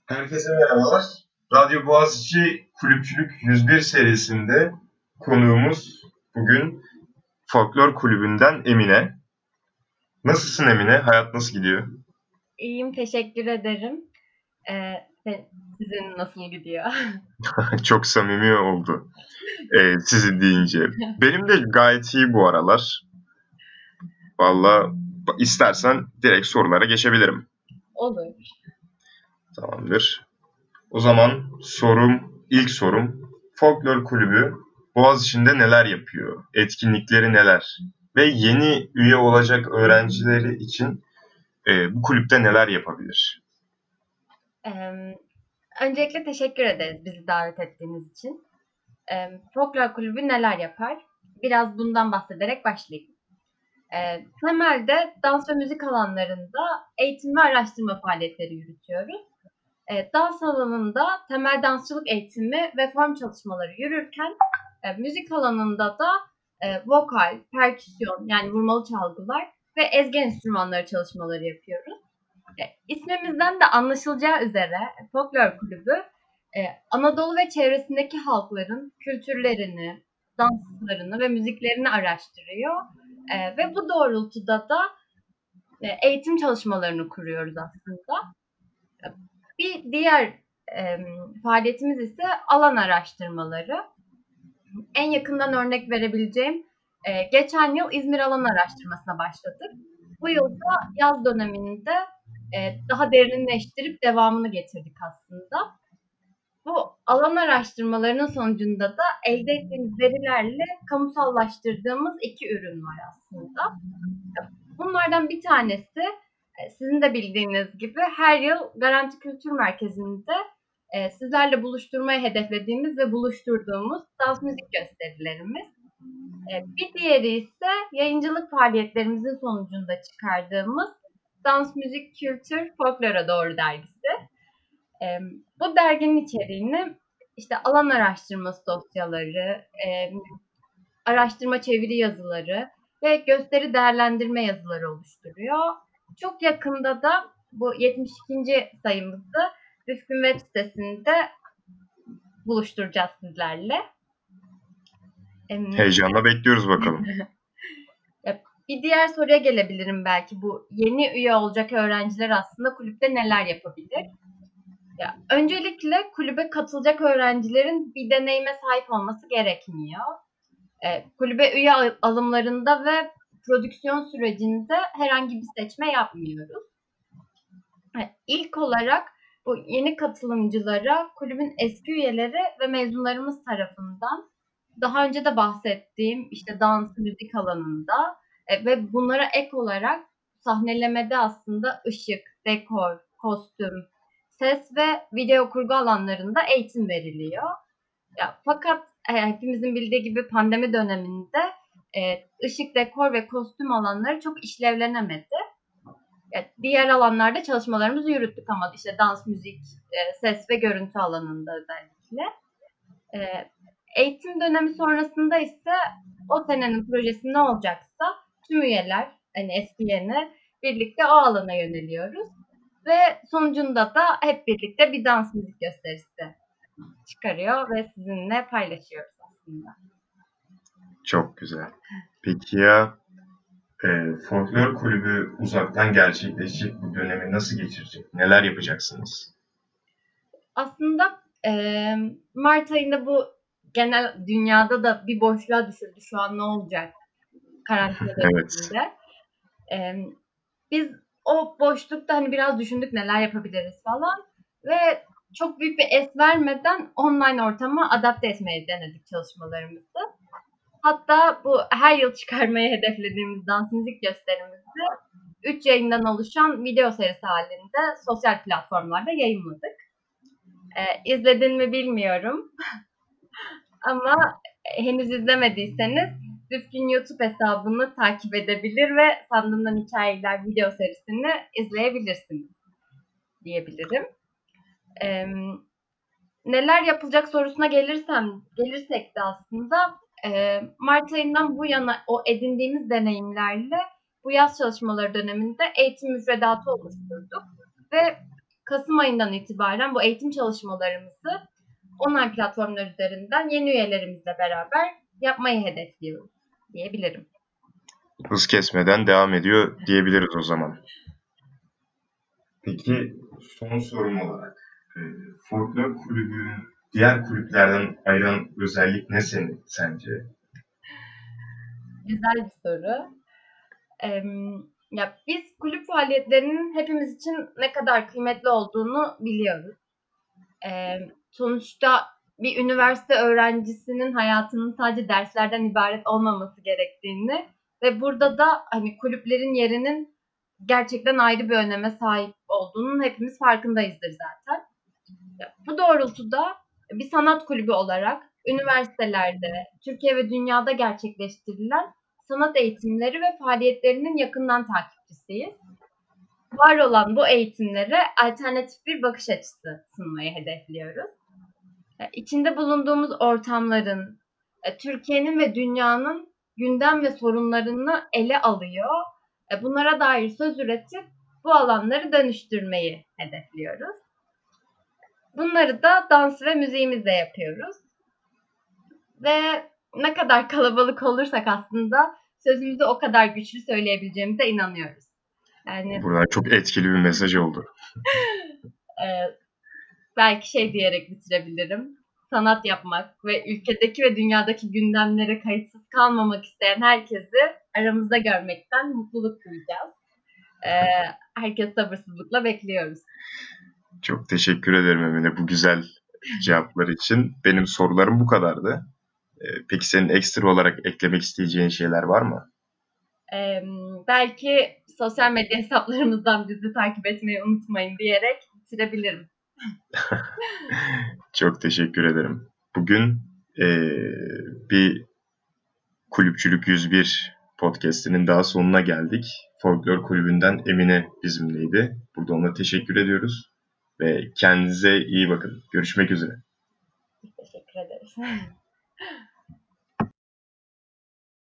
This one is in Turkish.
Herkese merhabalar. Radyo Boğaziçi Kulüpçülük 101 serisinde konuğumuz bugün Folklor Kulübü'nden Emine. Nasılsın Emine? Hayat nasıl gidiyor? İyiyim, teşekkür ederim. Sizin nasıl gidiyor? Çok samimi oldu sizin deyince. Benim de gayet iyi bu aralar. Valla istersen direkt sorulara geçebilirim. Olur. Tamamdır. O zaman ilk sorum. Folklor Kulübü Boğaziçi'nde neler yapıyor? Etkinlikleri neler? Ve yeni üye olacak öğrencileri için bu kulüpte neler yapabilir? Eee, Öncelikle teşekkür ederiz bizi davet ettiğiniz için. Folklor Kulübü neler yapar? Biraz bundan bahsederek başlayayım. Temelde dans ve müzik alanlarında eğitim ve araştırma faaliyetleri yürütüyoruz. Dans alanında temel dansçılık eğitimi ve form çalışmaları yürürken, müzik alanında da vokal, perküsyon yani vurmalı çalgılar ve ezgi enstrümanları çalışmaları yapıyoruz. İsmimizden de anlaşılacağı üzere Folklor Kulübü Anadolu ve çevresindeki halkların kültürlerini, danslarını ve müziklerini araştırıyor. Ve bu doğrultuda da eğitim çalışmalarını kuruyoruz aslında. Bir diğer faaliyetimiz ise alan araştırmaları. En yakından örnek verebileceğim, geçen yıl İzmir alan araştırmasına başladık. Bu yıl da yaz döneminde daha derinleştirip devamını getirdik aslında. Bu alan araştırmalarının sonucunda da elde ettiğimiz verilerle kamusallaştırdığımız iki ürün var aslında. Bunlardan bir tanesi sizin de bildiğiniz gibi her yıl Garanti Kültür Merkezi'nde sizlerle buluşturmayı hedeflediğimiz ve buluşturduğumuz dans müzik gösterilerimiz. Bir diğeri ise yayıncılık faaliyetlerimizin sonucunda çıkardığımız Dans, Müzik, Kültür, Folklora Doğru dergisi. Bu derginin içeriğini işte alan araştırması dosyaları, araştırma çeviri yazıları ve gösteri değerlendirme yazıları oluşturuyor. Çok yakında da bu 72. sayımızı Rıfkın web sitesinde buluşturacağız sizlerle. Heyecanla bekliyoruz bakalım. Bir diğer soruya gelebilirim belki. Bu yeni üye olacak öğrenciler aslında kulüpte neler yapabilir? Ya, öncelikle kulübe katılacak öğrencilerin bir deneyime sahip olması gerekmiyor. Kulübe üye alımlarında ve prodüksiyon sürecinde herhangi bir seçme yapmıyoruz. İlk olarak bu yeni katılımcılara kulübün eski üyeleri ve mezunlarımız tarafından daha önce de bahsettiğim işte dans, müzik alanında ve bunlara ek olarak sahnelemede aslında ışık, dekor, kostüm, ses ve video kurgu alanlarında eğitim veriliyor. Ya, fakat hepimizin bildiği gibi pandemi döneminde ışık, dekor ve kostüm alanları çok işlevlenemedi. Diğer alanlarda çalışmalarımızı yürüttük ama işte dans, müzik, ses ve görüntü alanında özellikle. Eğitim dönemi sonrasında ise o senenin projesi ne olacaksa tüm üyeler, hani eski yeni birlikte o alana yöneliyoruz. Ve sonucunda da hep birlikte bir dans müzik gösterisi çıkarıyor ve sizinle paylaşıyoruz aslında. Çok güzel. Peki ya Folklor Kulübü uzaktan gerçekleşecek bu dönemi nasıl geçirecek? Neler yapacaksınız? Aslında Mart ayında bu genel dünyada da bir boşluğa düşürdü. Şu an ne olacak karantina Evet. döneminde. Biz o boşlukta hani biraz düşündük neler yapabiliriz falan ve çok büyük bir es vermeden online ortama adapte etmeyi denedik çalışmalarımızı. Hatta bu her yıl çıkarmayı hedeflediğimiz dans müzik gösterimizi 3 yayından oluşan video serisi halinde sosyal platformlarda yayınladık. İzledin mi bilmiyorum ama henüz izlemediyseniz Rıfkın YouTube hesabını takip edebilir ve Sandığımdan Hikayeler video serisini izleyebilirsiniz diyebilirim. Neler yapılacak sorusuna gelirsek de aslında Mart ayından bu yana o edindiğimiz deneyimlerle bu yaz çalışmaları döneminde eğitim müfredatı oluşturduk ve Kasım ayından itibaren bu eğitim çalışmalarımızı online platformlar üzerinden yeni üyelerimizle beraber yapmayı hedefliyoruz diyebilirim. Hız kesmeden devam ediyor diyebiliriz o zaman. Peki son sorum olarak folklor kulübünün diğer kulüplerden ayıran özellik ne sence? Güzel bir soru. Ya biz kulüp faaliyetlerinin hepimiz için ne kadar kıymetli olduğunu biliyoruz. Sonuçta bir üniversite öğrencisinin hayatının sadece derslerden ibaret olmaması gerektiğini ve burada da hani kulüplerin yerinin gerçekten ayrı bir öneme sahip olduğunun hepimiz farkındayızdır zaten. Bu doğrultuda bir sanat kulübü olarak üniversitelerde, Türkiye ve dünyada gerçekleştirilen sanat eğitimleri ve faaliyetlerinin yakından takipçisiyiz. Var olan bu eğitimlere alternatif bir bakış açısı sunmayı hedefliyoruz. İçinde bulunduğumuz ortamların, Türkiye'nin ve dünyanın gündem ve sorunlarını ele alıyor. Bunlara dair söz üretip bu alanları dönüştürmeyi hedefliyoruz. Bunları da dans ve müziğimizle yapıyoruz. Ve ne kadar kalabalık olursak aslında sözümüzü o kadar güçlü söyleyebileceğimize inanıyoruz. Yani Buradan çok etkili bir mesaj oldu. belki şey diyerek bitirebilirim. Sanat yapmak ve ülkedeki ve dünyadaki gündemlere kayıtsız kalmamak isteyen herkesi aramızda görmekten mutluluk duyacağız. Herkes sabırsızlıkla bekliyoruz. Çok teşekkür ederim Emine bu güzel cevaplar için. Benim sorularım bu kadardı. Peki senin ekstra olarak eklemek isteyeceğin şeyler var mı? Belki sosyal medya hesaplarımızdan bizi takip etmeyi unutmayın diyerek bitirebilirim. Çok teşekkür ederim. Bugün bir Kulüpçülük 101 podcast'inin daha sonuna geldik. Folklor Kulübü'nden Emine bizimleydi. Burada ona teşekkür ediyoruz. Ve kendinize iyi bakın. Görüşmek üzere. Teşekkür ederiz.